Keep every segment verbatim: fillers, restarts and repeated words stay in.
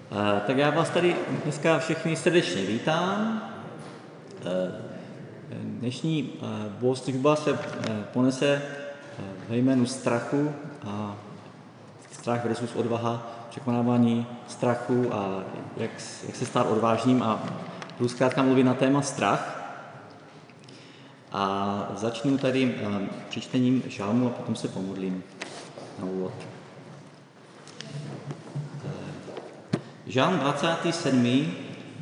Tak já vás tady dneska všechny srdečně vítám. Dnešní bohoslužba se ponese ve jménu strachu a strach versus odvaha, překonávání strachu a jak, jak se stát odvážným a budu zkrátka mluvit na téma strach. A začnu tady přečtením žálmu a potom se pomodlím na úvod. Žálm dvacátý sedmý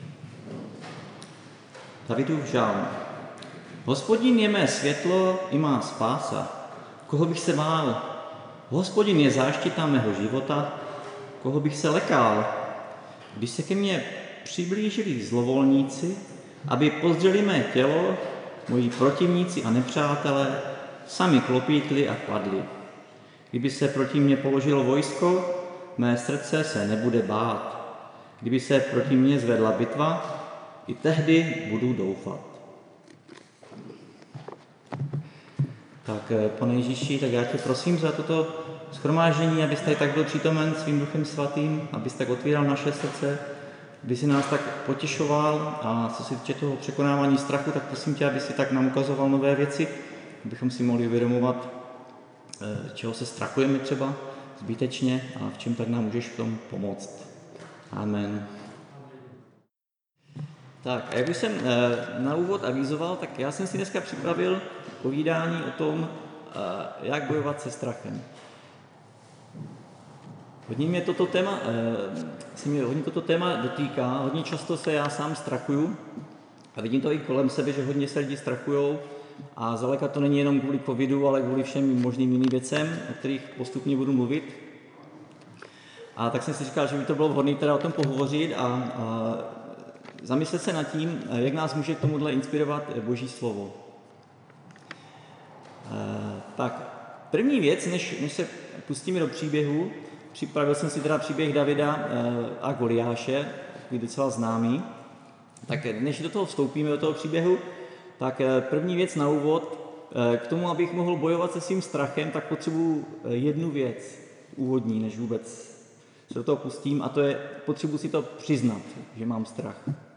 Davidův žálm. Hospodin je mé světlo i má spása. Koho bych se bál? Hospodin je záštita mého života. Koho bych se lekál? Když se ke mně přiblížili zlovolníci, aby pozdřeli mé tělo, moji protivníci a nepřátelé sami klopítli a kladli. Kdyby se proti mně položilo vojsko, mé srdce se nebude bát. Kdyby se proti mně zvedla bitva, i tehdy budu doufat. Tak, Pane Ježíši, tak já tě prosím za toto shromáždění, abys tady tak byl přítomen svým Duchem Svatým, abys tak otvíral naše srdce, aby si nás tak potěšoval a co se týče toho překonávání strachu, tak prosím tě, aby si tak nám ukazoval nové věci, abychom si mohli uvědomovat, čeho se strachujeme třeba zbytečně a v čem tak nám můžeš v tom pomoct. Amen. Tak, a jak už jsem na úvod avizoval, tak já jsem si dneska připravil povídání o tom, jak bojovat se strachem. Hodně mě toto téma, se mě hodně toto téma dotýká, hodně často se já sám strachuju a vidím to i kolem sebe, že hodně se lidi strachujou a zdaleka to není jenom kvůli covidu, ale kvůli všem možným jiným věcem, o kterých postupně budu mluvit. A tak jsem si říkal, že by to bylo vhodné teda o tom pohovořit a, a zamyslet se nad tím, jak nás může k tomuhle inspirovat Boží slovo. E, tak, první věc, než, než se pustíme do příběhu, připravil jsem si teda příběh Davida a Goliáše, takový docela známý. Tak než do toho vstoupíme, do toho příběhu, tak první věc na úvod, k tomu, abych mohl bojovat se svým strachem, tak potřebuji jednu věc úvodní, než vůbec se do toho pustím, a to je, potřebuji si to přiznat, že mám strach.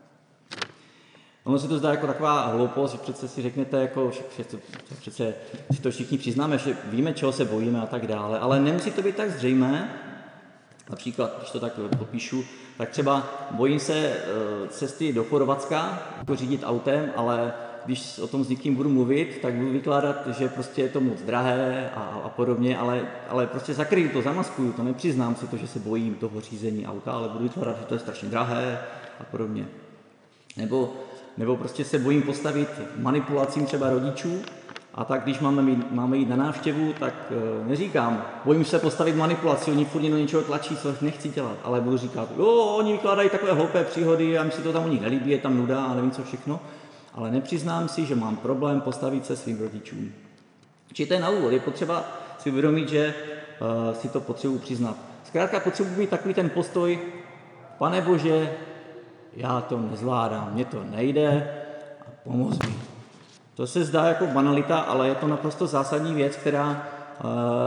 Ono se to zdá jako taková hloupost, že přece si řeknete, jako, že to, přece si to všichni přiznáme, že víme, čeho se bojíme a tak dále, ale nemusí to být tak zřejmé. Například, když to tak popíšu, tak třeba bojím se cesty do Chorvatska, jako řídit autem, ale když o tom s někým budu mluvit, tak budu vykládat, že prostě je to moc drahé a, a podobně, ale, ale prostě zakryju to, zamaskuju to, nepřiznám si to, že se bojím toho řízení auta, ale budu vykládat, že to je strašně drahé a podobně. Nebo, nebo prostě se bojím postavit manipulacím třeba rodičů, a tak když máme, mít, máme jít na návštěvu, tak e, neříkám, bojím se postavit manipulaci, oni furt do něčeho tlačí, co nechci dělat, ale budu říkat, jo, oni vykládají takové hloupé příhody a mi se to tam u nich nelíbí, je tam nuda a nevím co všechno, ale nepřiznám si, že mám problém postavit se svým rodičům. Či to je na úvod, je potřeba si uvědomit, že e, si to potřebuji přiznat. Zkrátka potřebuji mít takový ten postoj, Pane Bože, já to nezvládám, mně to nejde a pomoz mi. To se zdá jako banalita, ale je to naprosto zásadní věc, která uh,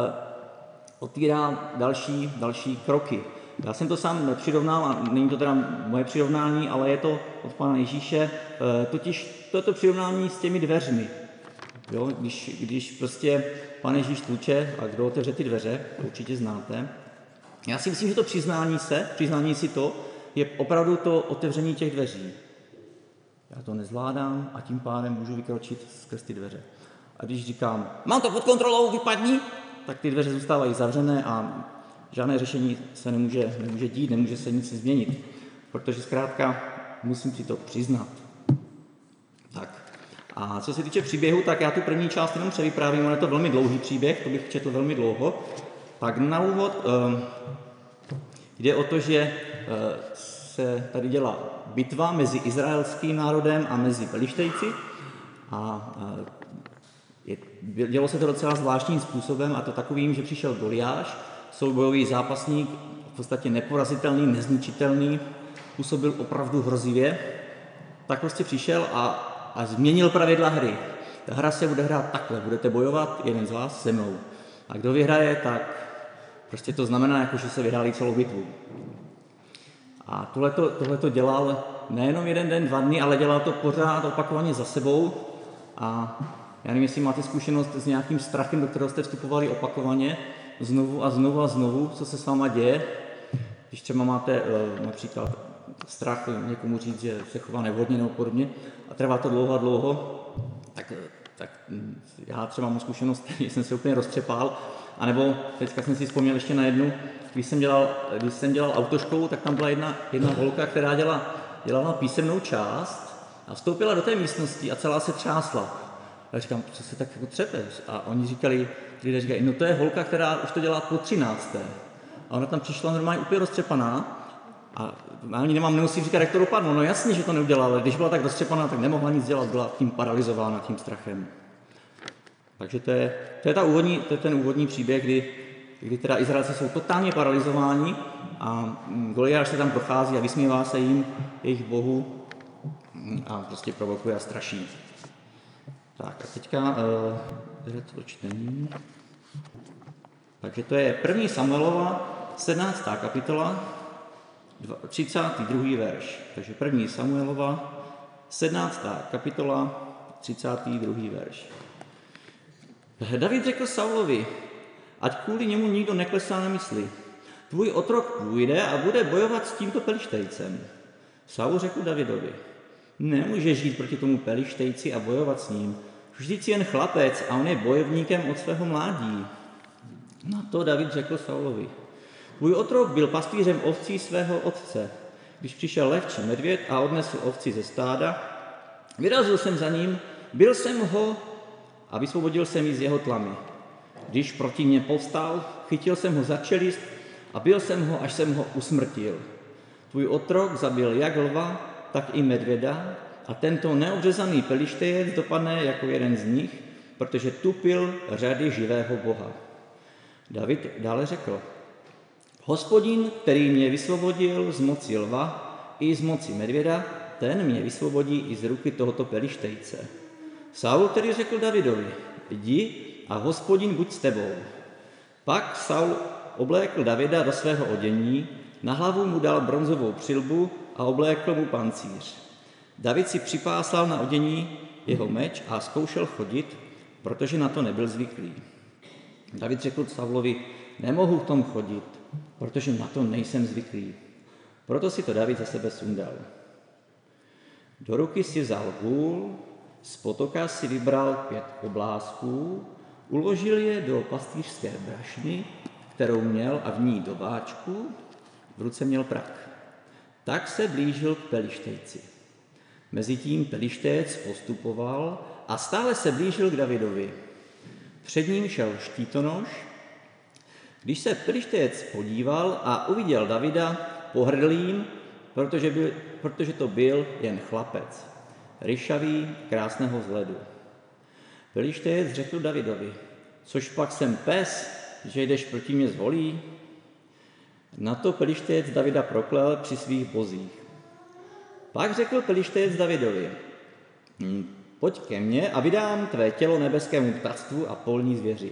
otvírá další, další kroky. Já jsem to sám přirovnal, a není to teda moje přirovnání, ale je to od Pana Ježíše, uh, totiž to je to přirovnání s těmi dveřmi. Jo? Když, když prostě Pan Ježíš tluče a kdo otevře ty dveře, to určitě znáte. Já si myslím, že to přiznání se, přiznání si to, je opravdu to otevření těch dveří. Já to nezvládám a tím pádem můžu vykročit skrz ty dveře. A když říkám, mám to pod kontrolou, vypadni, tak ty dveře zůstávají zavřené a žádné řešení se nemůže, nemůže dít, nemůže se nic změnit. Protože zkrátka musím si to přiznat. Tak. A co se týče příběhu, tak já tu první část jenom převyprávím, je to velmi dlouhý příběh, to bych četl velmi dlouho. Tak na úvod um, jde o to, že uh, se tady dělá bitva mezi izraelským národem a mezi Filištejci a je, dělo se to docela zvláštním způsobem, a to takovým, že přišel Goliáš, soubojový zápasník, v podstatě neporazitelný, nezničitelný, působil opravdu hrozivě, tak prostě přišel a, a změnil pravidla hry. Ta hra se bude hrát takhle, budete bojovat jeden z vás se mnou. A kdo vyhraje, tak prostě to znamená, jako, že se vyhráli celou bitvu. A tohleto, tohleto dělal nejenom jeden den, dva dny, ale dělal to pořád opakovaně za sebou. A já nevím, jestli máte zkušenost s nějakým strachem, do kterého jste vstupovali opakovaně, znovu a znovu a znovu, co se s váma děje. Když třeba máte například strach někomu říct, že se chová nevhodně nebo podobně a trvá to dlouho a dlouho, tak, tak já třeba mám zkušenost, že jsem se úplně roztřepal. A nebo teďka jsem si vzpomněl ještě na jednu, když jsem dělal, když jsem dělal autoškolu, tak tam byla jedna, jedna holka, která dělala, dělala písemnou část a vstoupila do té místnosti a celá se třásla. A říkám, co se tak jako třepeš? A oni říkali, lidé říkají, no to je holka, která už to dělá po třinácté. A ona tam přišla normálně úplně roztřepaná a ani nemám, nemusím říkat, jak to dopadlo. No jasně, že to neudělala, ale když byla tak roztřepaná, tak nemohla nic dělat, byla tím paralizována, tím strachem. Takže to je, to je, ta úvodní, to je ten úvodní příběh, kdy, kdy teda Izraelci jsou totálně paralizováni a Goliáš se tam prochází a vysmívá se jim, jejich bohu a prostě provokuje a straší. Tak a teďka uh, to čtení. Takže to je první Samuelova sedmnáctá kapitola, třicátý druhý verš. Takže první Samuelova sedmnáctá kapitola, třicátý druhý verš. David řekl Saulovi, ať kvůli němu nikdo neklesá na mysli. Tvůj otrok půjde a bude bojovat s tímto Pelištejcem. Saul řekl Davidovi, nemůže žít proti tomu Pelištejci a bojovat s ním. Vždyť jen chlapec a on je bojovníkem od svého mládí. Na to David řekl Saulovi, tvůj otrok byl pastýřem ovcí svého otce. Když přišel lev či medvěd a odnesl ovci ze stáda, vyrazil jsem za ním, byl jsem ho a vysvobodil jsem ji z jeho tlamy. Když proti mně povstal, chytil jsem ho za čelist a bil jsem ho, až jsem ho usmrtil. Tvůj otrok zabil jak lva, tak i medvěda a tento neobřezaný Pelištejec dopadne jako jeden z nich, protože tupil řady živého Boha. David dále řekl, Hospodin, který mě vysvobodil z moci lva i z moci medvěda, ten mě vysvobodí i z ruky tohoto Pelištejce. Saul tedy řekl Davidovi, jdi a Hospodin buď s tebou. Pak Saul oblékl Davida do svého odění, na hlavu mu dal bronzovou přilbu a oblékl mu pancíř. David si připásal na odění jeho meč a zkoušel chodit, protože na to nebyl zvyklý. David řekl Saulovi, nemohu v tom chodit, protože na to nejsem zvyklý. Proto si to David za sebe sundal. Do ruky si vzal hůl, z potoka si vybral pět oblázků, uložil je do pastýřské brašny, kterou měl a v ní dobáčku, v ruce měl prak. Tak se blížil k Pelištejci. Mezitím Pelištejec postupoval a stále se blížil k Davidovi. Před ním šel štítonoš. Když se Pelištejec podíval a uviděl Davida, pohrdl jím, protože, byl, protože to byl jen chlapec, ryšavý, krásného vzhledu. Pelištejec řekl Davidovi, což pak jsem pes, že jdeš proti mě z volí? Na to Pelištejec Davida proklel při svých bozích. Pak řekl Pelištejec Davidovi, pojď ke mně a vydám tvé tělo nebeskému ptactvu a polní zvěři.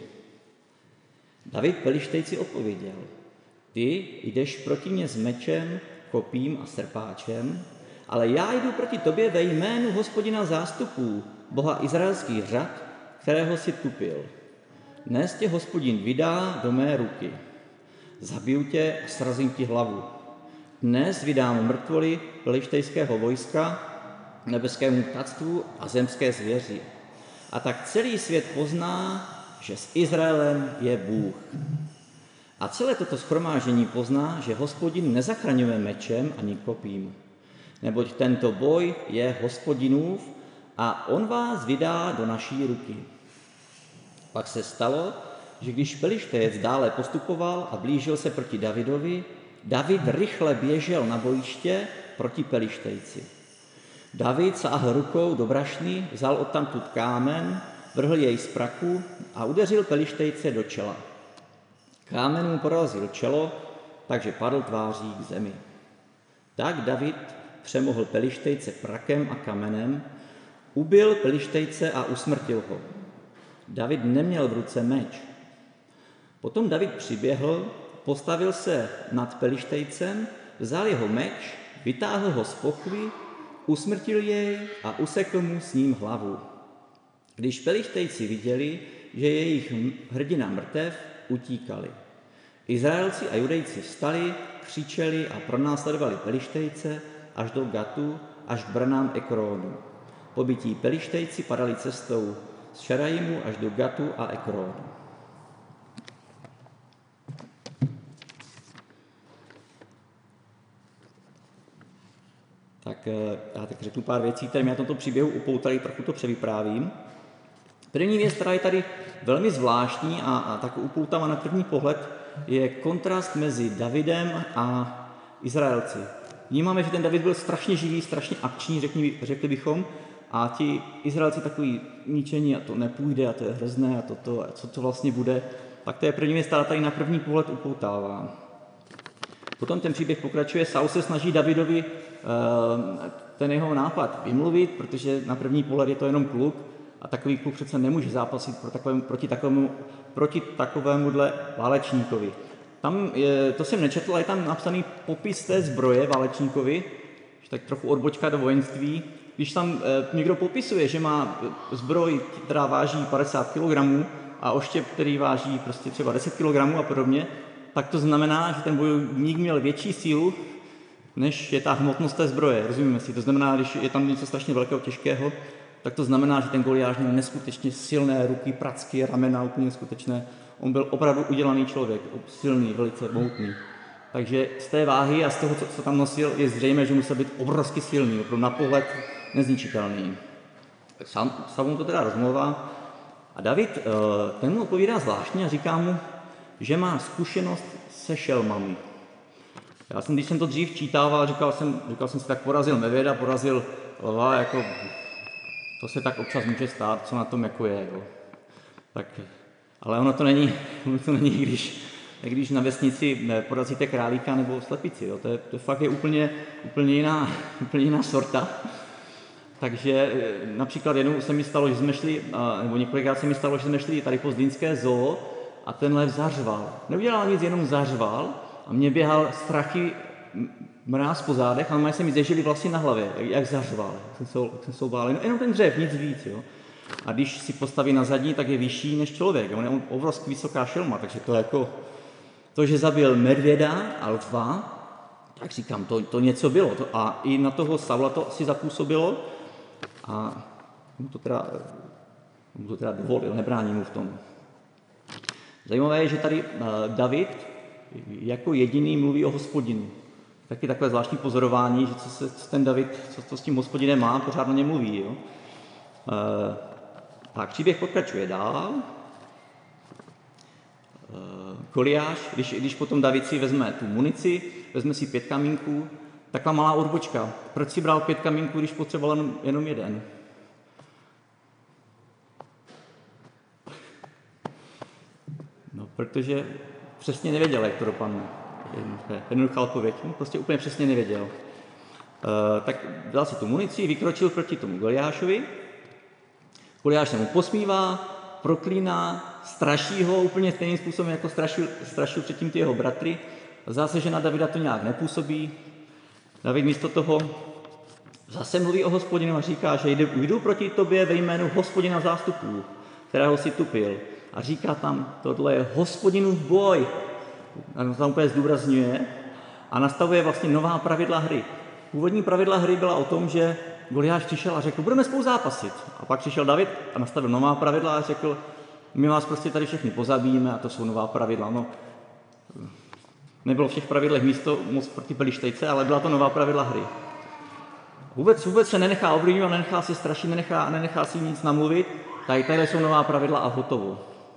David Pelištejci odpověděl, ty jdeš proti mě s mečem, kopím a srpáčem, ale já jdu proti tobě ve jménu Hospodina zástupů, Boha izraelských řad, kterého si tupil. Dnes tě Hospodin vydá do mé ruky. Zabiju tě a srazím ti hlavu. Dnes vydám mrtvoly pelištejského vojska, nebeskému ptactvu a zemské zvěři. A tak celý svět pozná, že s Izraelem je Bůh. A celé toto shromáždění pozná, že Hospodin nezachraňuje mečem ani kopím. Neboť tento boj je Hospodinův a on vás vydá do naší ruky. Pak se stalo, že když Pelištejec dále postupoval a blížil se proti Davidovi, David rychle běžel na bojiště proti Pelištejci. David sáhl rukou do brašny, vzal odtamtud kámen, vrhl jej z praku a udeřil Pelištejce do čela. Kámen mu porazil čelo, takže padl tváří k zemi. Tak David přemohl Pelištejce prakem a kamenem, ubil Pelištejce a usmrtil ho. David neměl v ruce meč. Potom David přiběhl, postavil se nad Pelištejcem, vzal jeho meč, vytáhl ho z pochvy, usmrtil jej a usekl mu s ním hlavu. Když Pelištejci viděli, že je jejich hrdina mrtev, utíkali. Izraelci a Judejci vstali, křičeli a pronásledovali Pelištejce až do Gatu, až k branám Ekrónu. Pobití Pelištejci padali cestou z Šarajimu až do Gatu a Ekrónu. Tak já tak řeknu pár věcí, které mě na tomto příběhu upoutaly, trochu to převyprávím. První věc, která je tady velmi zvláštní a, a tak upoutává na první pohled, je kontrast mezi Davidem a Izraelci. Vnímáme, že ten David byl strašně živý, strašně akční, řekni, řekli bychom, a ti Izraelci takový ničení a to nepůjde a to je hrozné a toto a co to vlastně bude. Tak to je první věc, která tady na první pohled upoutává. Potom ten příběh pokračuje, Saul se snaží Davidovi ten jeho nápad vymluvit, protože na první pohled je to jenom kluk a takový kluk přece nemůže zápasit pro takovému, proti, takovému, proti takovémuhle válečníkovi. Tam je, to jsem nečetl, ale je tam napsaný popis té zbroje válečníkovi, tak trochu odbočka do vojenství. Když tam e, někdo popisuje, že má zbroj, která váží padesát kilogramů a oštěp, který váží prostě třeba deset kilogramů a podobně, tak to znamená, že ten bojovník měl větší sílu, než je ta hmotnost té zbroje. Rozumíme si? To znamená, když je tam něco strašně velkého, těžkého, tak to znamená, že ten Goliáš měl neskutečně silné ruky, pracky, ramena, úplně neskutečné. On byl opravdu udělaný člověk, silný, velice mohutný. Takže z té váhy a z toho, co tam nosil, je zřejmé, že musel být obrovsky silný, opravdu na pohled nezničitelný. Tak sám, sám mu to teda rozmluvá. A David, ten mu odpovídá zvláštně a říká mu, že má zkušenost se šelmami. Já jsem, když jsem to dřív čítával, říkal jsem, říkal jsem si, tak porazil medvěda, porazil lva, jako to se tak občas může stát, co na tom jako je. Jo. Tak, ale ono to není, ono to není když, když na vesnici porazíte králíka nebo slepici. Jo. To, je, to fakt je úplně, úplně, jiná, úplně jiná sorta. Takže například jednou se mi stalo, že jsme šli, nebo několikrát se mi stalo, že jsme šli tady po Zlínské zoo a ten lev zařval. Neudělal nic, jenom zařval a mě běhal strachy mráz po zádech a normálně se mi zežily vlasy na hlavě, jak zařval, jak jsem se obál. Jenom ten dřev, nic víc. Jo. A když si postaví na zadní, tak je vyšší než člověk. On je obrovský vysoká šelma, takže to jako to, že zabil medvěda a lva, tak říkám, to, to něco bylo. To, a i na toho Saula to asi zapůsobilo a mu to teda, mu to teda dovolil, nebrání mu v tom. Zajímavé je, že tady David jako jediný mluví o Hospodinu. Taky takové zvláštní pozorování, že co, se, co ten David, co to s tím Hospodinem má, pořád o něm mluví. Jo? E, tak příběh pokračuje dál. E, Goliáš, když, když potom David si vezme tu munici, vezme si pět kamínků, taková malá odbočka. Proč si bral pět kamínků, když potřeboval jenom, jenom jeden? No, protože přesně nevěděl, jak to dopadne. Jednoduchá odpověď. No, prostě úplně přesně nevěděl. E, tak dal si tu munici, vykročil proti tomu Goliášovi. Goliáš se mu posmívá, proklíná, straší ho úplně stejným způsobem, jako strašil, strašil předtím ty jeho bratry. Zase, že na Davida to nějak nepůsobí. David místo toho zase mluví o Hospodinu a říká, že jde, jdu proti tobě ve jménu Hospodina zástupů, kterého si tupil. A říká tam, tohle je Hospodinův boj. A tam úplně zdůrazňuje a nastavuje vlastně nová pravidla hry. Původní pravidla hry byla o tom, že Goliáš přišel a řekl, budeme spolu zápasit. A pak přišel David a nastavil nová pravidla a řekl, my vás prostě tady všechny pozabijíme a to jsou nová pravidla. No, nebylo v těch pravidlech místo moc proti Pelištejce, ale byla to nová pravidla hry. Vůbec, vůbec se nenechá ovlivňovat, nenechá si strašit, nenechá, nenechá si nic namluvit. Tady, tady jsou nová pravidla a hotovo.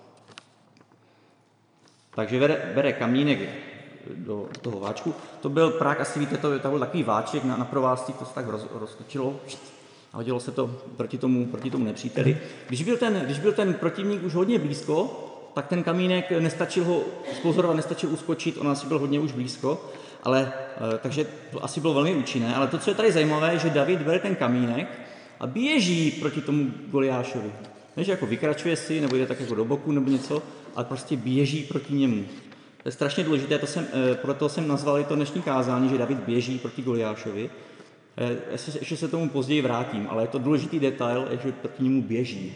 Takže bere, bere kamínek do toho váčku. To byl prák, asi víte, to, to byl takový váček na, na provázcích, to se tak roz, roztočilo a hodilo se to proti tomu, proti tomu nepříteli. Když byl, ten, když byl ten protivník už hodně blízko, tak ten kamínek nestačil ho spozorovat, nestačil uskočit, on asi byl hodně už blízko, ale, takže to asi bylo velmi účinné. Ale to, co je tady zajímavé, je, že David bere ten kamínek a běží proti tomu Goliášovi. Ne, že jako vykračuje si, nebo jde tak jako do boku, nebo něco, ale prostě běží proti němu. To je strašně důležité, to jsem, proto jsem nazval to dnešní kázání, že David běží proti Goliášovi. Ještě se tomu později vrátím, ale je to důležitý detail, že proti němu běží.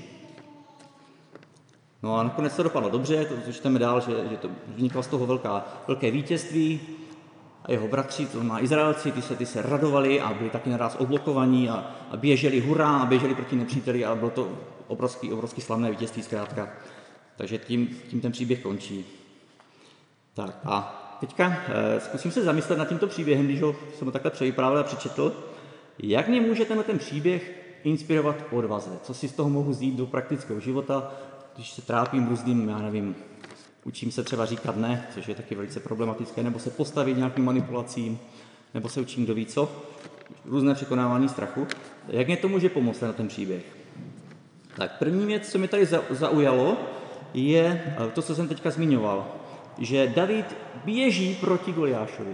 No a nakonec to dopadlo dobře, to čteme dál, že, že to vzniklo z toho velká, velké vítězství a jeho bratři, to má Izraelci, ty se, ty se radovali a byli taky naraz oblokovaní a, a běželi hurá a běželi proti nepříteli a bylo to obrovský, obrovský slavné vítězství zkrátka. Takže tím, tím ten příběh končí. Tak a teďka eh, zkusím se zamyslet nad tímto příběhem, když ho jsem ho takhle převyprávěl a přečetl. Jak mě může tenhle ten příběh inspirovat k odvaze? Co si z toho mohu vzít do praktického života, když se trápím různým, já nevím, učím se třeba říkat ne, což je taky velice problematické, nebo se postavit nějakým manipulacím, nebo se učím kdo ví co, různé překonávání strachu. Jak mě to může pomoct na ten příběh? Tak první věc, co mě tady zaujalo, je to, co jsem teďka zmiňoval, že David běží proti Goliášovi.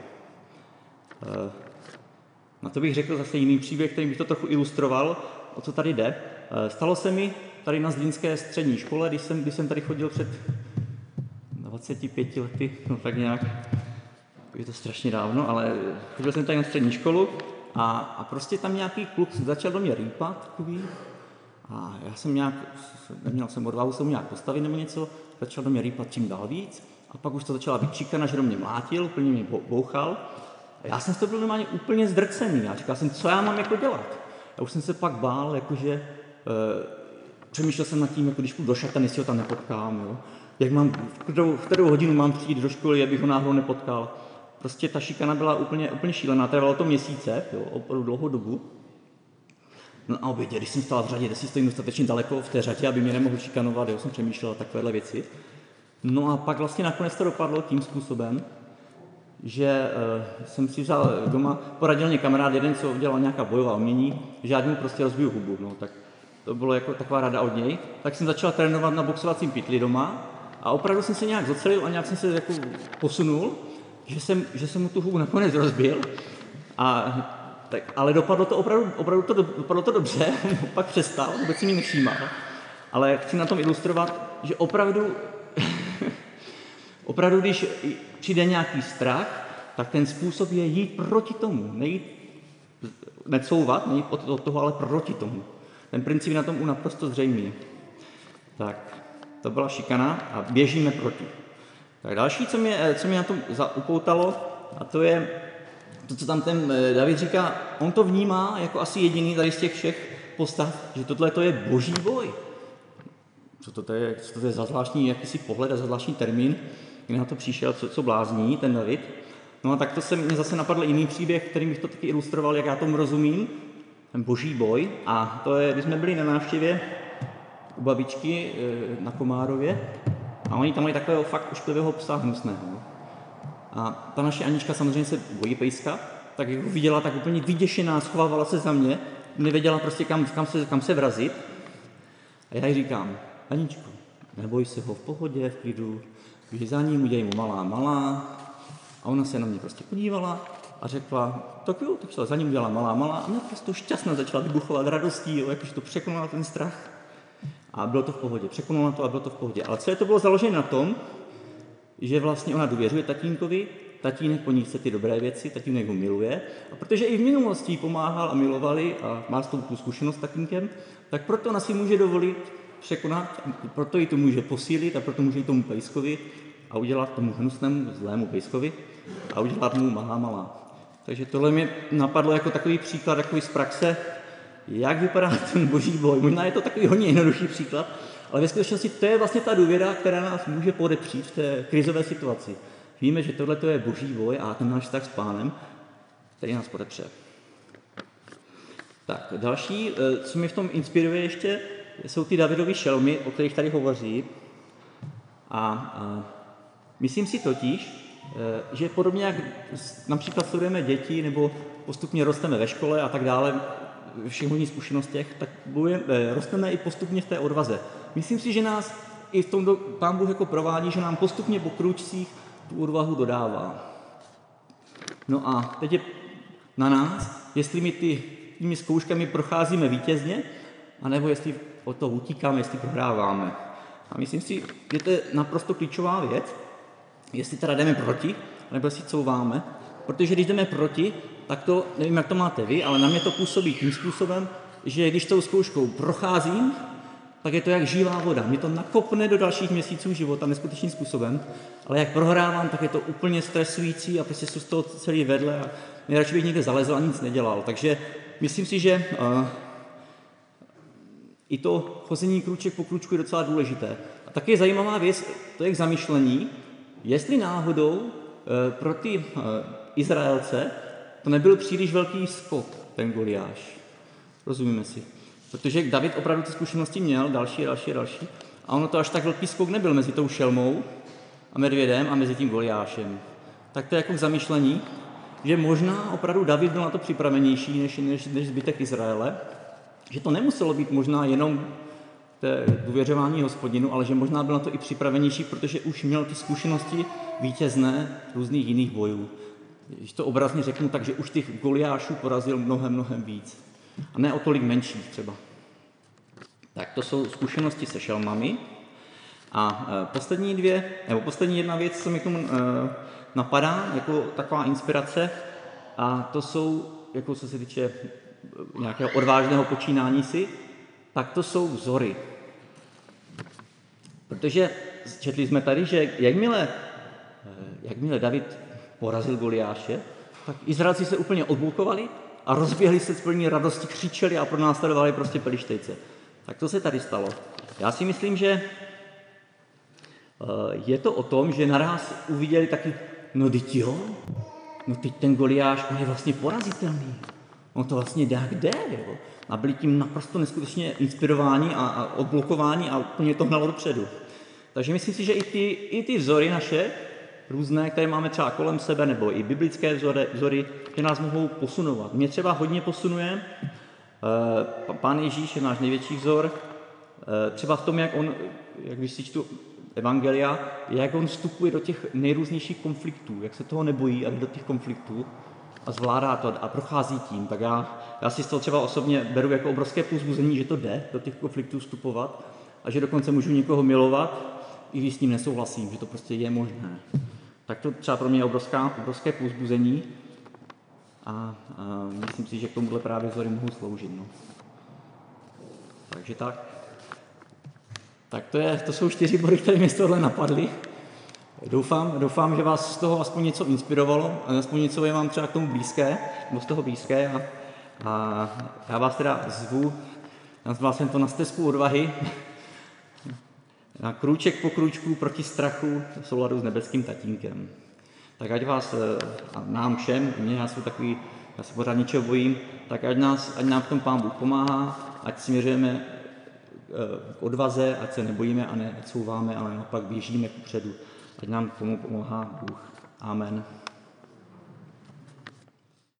Na to bych řekl zase jiný příběh, který bych to trochu ilustroval, o co tady jde. Stalo se mi tady na Zlínské střední škole, když jsem, když jsem tady chodil před dvaceti pěti lety, no tak nějak, je to strašně dávno, ale chodil jsem tady na střední školu a, a prostě tam nějaký kluk začal do mě rýpat, takový, a já jsem nějak, neměl jsem odvahu se mu nějak postavit nebo něco, začal do mě rýpat čím dál víc a pak už to začala být šikana, že do mě mlátil, úplně mě bouchal. A já jsem z toho byl normálně úplně zdrcený. Já říkal jsem, co já mám jako dělat. Já už jsem se pak bál, jakože e, přemýšlel jsem nad tím, jako když půjdu do šatan, jestli ho tam nepotkám. Jo. Jak mám, v kterou, v kterou hodinu mám přijít do školy, abych ho náhodou nepotkal. Prostě ta šikana byla úplně, úplně šílená. Trvalo to měsíce, jo, opravdu dlouhou dobu. No a obědě, když jsem stál v řadě, jestli stojím dostatečně daleko v té řadě, aby mě nemohl šikanovat, jo, jsem přemýšlel takovéhle věci. No a pak vlastně nakonec to dopadlo tím způsobem, že uh, jsem si vzal doma, poradil mě kamarád jeden, co dělal nějaká bojová umění, že já mu prostě rozbiju hubu, no, tak to bylo jako taková rada od něj. Tak jsem začal trénovat na boxovacím pytli doma a opravdu jsem se nějak zocelil a nějak jsem se jako posunul, že jsem, že jsem mu tu hubu nakonec rozbil, a, tak, ale dopadlo to opravdu, opravdu to, dopadlo to dobře, pak přestal, vůbec si mě nevšímal, ale chci na tom ilustrovat, že opravdu Opravdu, když přijde nějaký strach, tak ten způsob je jít proti tomu. Nejít, necouvat, nejít od toho, ale proti tomu. Ten princip je na tom naprosto zřejmý. Tak, to byla šikana a běžíme proti. Tak další, co mě, co mě na tom upoutalo, a to je to, co tam ten David říká, on to vnímá jako asi jediný tady z těch všech postav, že tohle to je boží boj. Co to je, co to je za zvláštní jakýsi pohled a za zvláštní termín, kdy na to přišel, co, co blázní ten David. No a tak to se mě zase napadl jiný příběh, kterým bych to taky ilustroval, jak já tomu rozumím, ten boží boj. A to je, když jsme byli na návštěvě u babičky na Komárově a oni tam mají takového fakt ošklivého psa hnusného. A ta naše Anička samozřejmě se bojí pejska, tak jak ho viděla, tak úplně vyděšená, schovávala se za mě, nevěděla prostě kam, kam, se, kam se vrazit. A já jí říkám, Aničko, neboj se ho, v pohodě, v klidu, běž za ním, udělej mu malá, malá. A ona se na mě prostě podívala a řekla, tak jo, tak šla za ním, udělala malá, malá. A mě prostě šťastná začala vybuchovat radostí, jo, jakože to překonala ten strach. A bylo to v pohodě, překonala to a bylo to v pohodě. Ale celé to bylo založené na tom, že vlastně ona důvěřuje tatínkovi, tatínek po ní chce ty dobré věci, tatínek ho miluje. A protože i v minulosti jí pomáhal a milovali a má s tou tu zkušenost s tatínkem, tak proto ona si může dovolit překonat, proto ji to může posílit a proto může jít tomu pejskovi a udělat tomu hnusnému, zlému pejskovi a udělat mu malá malá. Takže tohle mě napadlo jako takový příklad, takový z praxe, jak vypadá ten boží boj. Možná je to takový hodně jednoduchý příklad, ale ve skutečnosti to je vlastně ta důvěra, která nás může podepřít v té krizové situaci. Víme, že tohle je boží boj a ten náš vztah s Pánem, který nás podepře. Tak, další, co mě v tom inspiruje ještě, jsou ty Davidovy šelmy, o kterých tady hovoří. A, a myslím si totiž, že podobně jak například studujeme děti nebo postupně rosteme ve škole a tak dále, ve všech možných zkušenostech, tak bojujeme, rosteme i postupně v té odvaze. Myslím si, že nás i v tom Pán Bůh jako provádí, že nám postupně po krůčcích tu odvahu dodává. No a teď je na nás, jestli my ty, těmi zkouškami procházíme vítězně, anebo jestli od toho utíkáme, jestli prohráváme. A myslím si, že to je naprosto klíčová věc, jestli teda jdeme proti, nebo jestli couváme, protože když jdeme proti, tak to, nevím, jak to máte vy, ale na mě to působí tím způsobem, že když tou zkouškou procházím, tak je to jak živá voda. Mě to nakopne do dalších měsíců života neskutečným způsobem, ale jak prohrávám, tak je to úplně stresující a prostě jsou z toho celý vedle a nejradši bych někde zalezl a nic nedělal. Takže myslím si, že uh, i to chození krůček po krůčku je docela důležité. A taky je zajímavá věc, to je k zamyšlení, jestli náhodou uh, pro ty uh, Izraelce to nebyl příliš velký skok, ten Goliáš. Rozumíme si. Protože David opravdu ty zkušenosti měl, další, další, další. A ono to až tak velký skok nebyl mezi tou šelmou a medvědem a mezi tím Goliášem. Tak to je jako k zamyšlení, že možná opravdu David byl na to připravenější než, než, než zbytek Izraele, že to nemuselo být možná jenom té důvěřování Hospodinu, ale že možná byl na to i připravenější, protože už měl ty zkušenosti vítězné různých jiných bojů. Když to obrazně řeknu, takže už těch Goliášů porazil mnohem, mnohem víc. A ne o tolik menších třeba. Tak to jsou zkušenosti se šelmami. A e, poslední dvě, nebo poslední jedna věc, co mi k tomu e, napadá, jako taková inspirace, a to jsou, jako co se týče nějakého odvážného počínání si, tak to jsou vzory. Protože četli jsme tady, že jakmile, e, jakmile David porazil Goliáše, tak Izraelci se úplně odblokovali a rozběhli se z plní radosti, křičeli a pronásledovali prostě Pelištejce. Tak to se tady stalo. Já si myslím, že je to o tom, že naraz uviděli taky, no teď jo, no teď ten Goliáš, on je vlastně porazitelný. On to vlastně dá kde, jo. A byli tím naprosto neskutečně inspirováni a, a odblokováni a úplně to hnalo dopředu. Takže myslím si, že i ty, i ty vzory naše, různé, které máme třeba kolem sebe, nebo i biblické vzory, vzory, že nás mohou posunovat. Mě třeba hodně posunuje Pán Ježíš je náš největší vzor, třeba v tom, jak on, jak když si čtu evangelia, jak on vstupuje do těch nejrůznějších konfliktů, jak se toho nebojí a jde do těch konfliktů a zvládá to a prochází tím. Tak já, já si z toho třeba osobně beru jako obrovské povzbuzení, že to jde do těch konfliktů vstupovat a že dokonce můžu někoho milovat, i když s ním nesouhlasím, že to prostě je možné. Tak to třeba pro mě je obrovská, obrovské povzbuzení. A, a myslím si, že k tomuhle právě vzory mohou sloužit. No. Takže tak. Tak to, je, to jsou čtyři body, které mě z tohle napadly. Doufám, doufám, že vás z toho aspoň něco inspirovalo, a aspoň něco je vám třeba k tomu blízké, nebo z toho blízké. A, a já vás teda zvu, nazval jsem to na stezku odvahy, na krůček po krůčku proti strachu v souladu s nebeským tatínkem. Tak ať vás, a nám všem, mě, já jsem takový, já se pořád něčeho bojím, tak ať, nás, ať nám v tom Pán Bůh pomáhá, ať směřujeme k odvaze, ať se nebojíme a necouváme, ale naopak běžíme kupředu. Ať nám k tomu pomáhá Bůh. Amen.